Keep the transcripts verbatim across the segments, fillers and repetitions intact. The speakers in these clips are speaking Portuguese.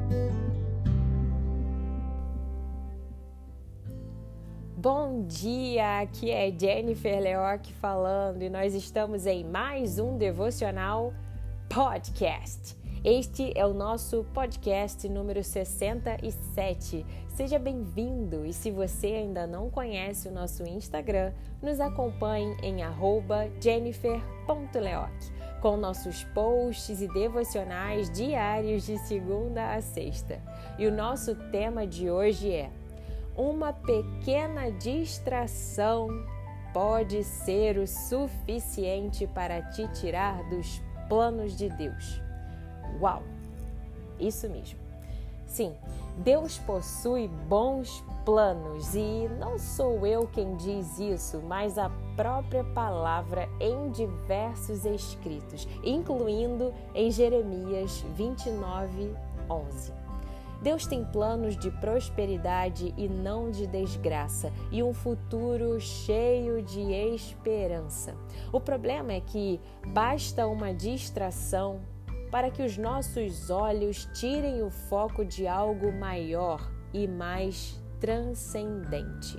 Bom dia, aqui é Jennifer Leoc falando e nós estamos em mais um Devocional Podcast. Este é o nosso podcast número sessenta e sete. Seja bem-vindo e se você ainda não conhece o nosso Instagram, nos acompanhe em arroba jennifer ponto leoc com nossos posts e devocionais diários de segunda a sexta. E o nosso tema de hoje é: uma pequena distração pode ser o suficiente para te tirar dos planos de Deus. Uau! Isso mesmo. Sim, Deus possui bons planos e não sou eu quem diz isso, mas a própria palavra em diversos escritos, incluindo em Jeremias vinte e nove, onze. Deus tem planos de prosperidade e não de desgraça, e um futuro cheio de esperança. O problema é que basta uma distração para que os nossos olhos tirem o foco de algo maior e mais transcendente.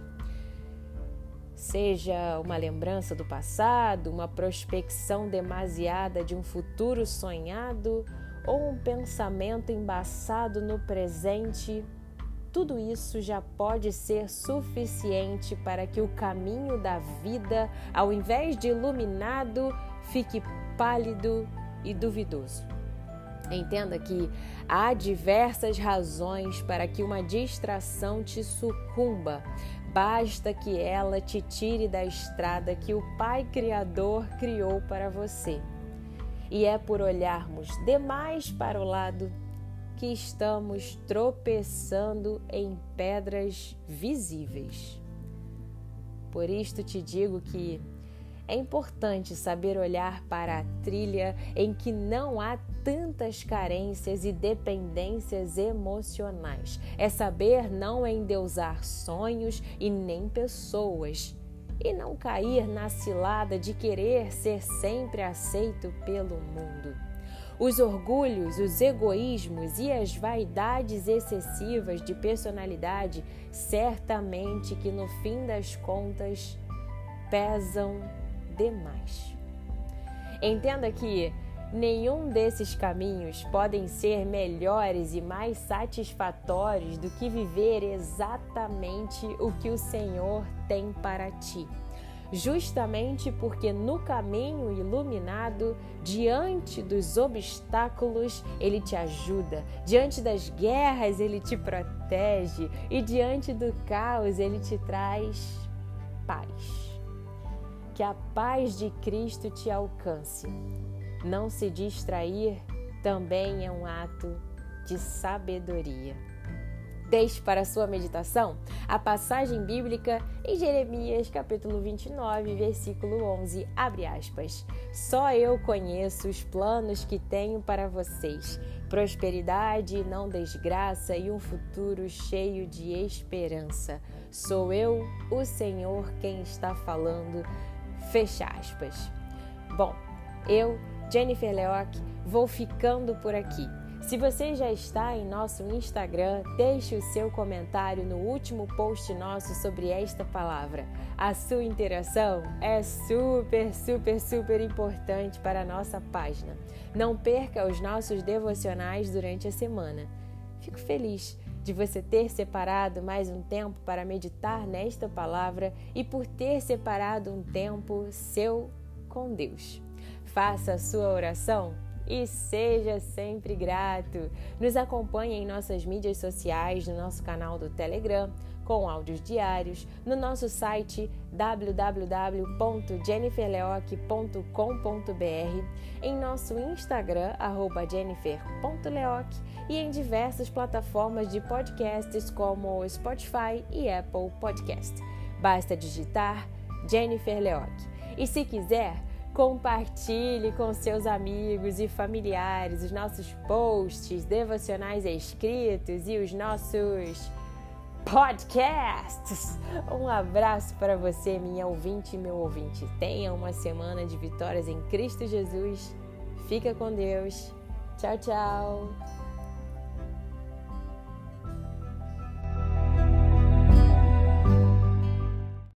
Seja uma lembrança do passado, uma prospecção demasiada de um futuro sonhado, ou um pensamento embaçado no presente, tudo isso já pode ser suficiente para que o caminho da vida, ao invés de iluminado, fique pálido e duvidoso. Entenda que há diversas razões para que uma distração te sucumba. Basta que ela te tire da estrada que o Pai Criador criou para você. E é por olharmos demais para o lado que estamos tropeçando em pedras visíveis. Por isto te digo que é importante saber olhar para a trilha em que não há tantas carências e dependências emocionais. É saber não endeusar sonhos e nem pessoas. E não cair na cilada de querer ser sempre aceito pelo mundo. Os orgulhos, os egoísmos e as vaidades excessivas de personalidade, certamente que no fim das contas pesam demais. Entenda que nenhum desses caminhos podem ser melhores e mais satisfatórios do que viver exatamente o que o Senhor tem para ti. Justamente porque no caminho iluminado, diante dos obstáculos, Ele te ajuda, diante das guerras, Ele te protege e diante do caos, Ele te traz paz. Que a paz de Cristo te alcance. Não se distrair também é um ato de sabedoria. Deixe para a sua meditação a passagem bíblica em Jeremias capítulo vinte e nove, versículo onze, abre aspas. Só eu conheço os planos que tenho para vocês, prosperidade e não desgraça e um futuro cheio de esperança. Sou eu, o Senhor, quem está falando, fecha aspas. Bom, eu, Jennifer Leoc, vou ficando por aqui. Se você já está em nosso Instagram, deixe o seu comentário no último post nosso sobre esta palavra. A sua interação é super, super, super importante para a nossa página. Não perca os nossos devocionais durante a semana. Fico feliz de você ter separado mais um tempo para meditar nesta palavra e por ter separado um tempo seu com Deus. Faça a sua oração e seja sempre grato. Nos acompanhe em nossas mídias sociais, no nosso canal do Telegram, com áudios diários, no nosso site w w w ponto jennifer leoc ponto com ponto b r, em nosso Instagram, arroba jennifer ponto leoc, e em diversas plataformas de podcasts como Spotify e Apple Podcast. Basta digitar Jennifer Leoc. E se quiser, compartilhe com seus amigos e familiares os nossos posts, devocionais escritos e os nossos podcasts. Um abraço para você, minha ouvinte e meu ouvinte. Tenha uma semana de vitórias em Cristo Jesus. Fica com Deus. Tchau, tchau.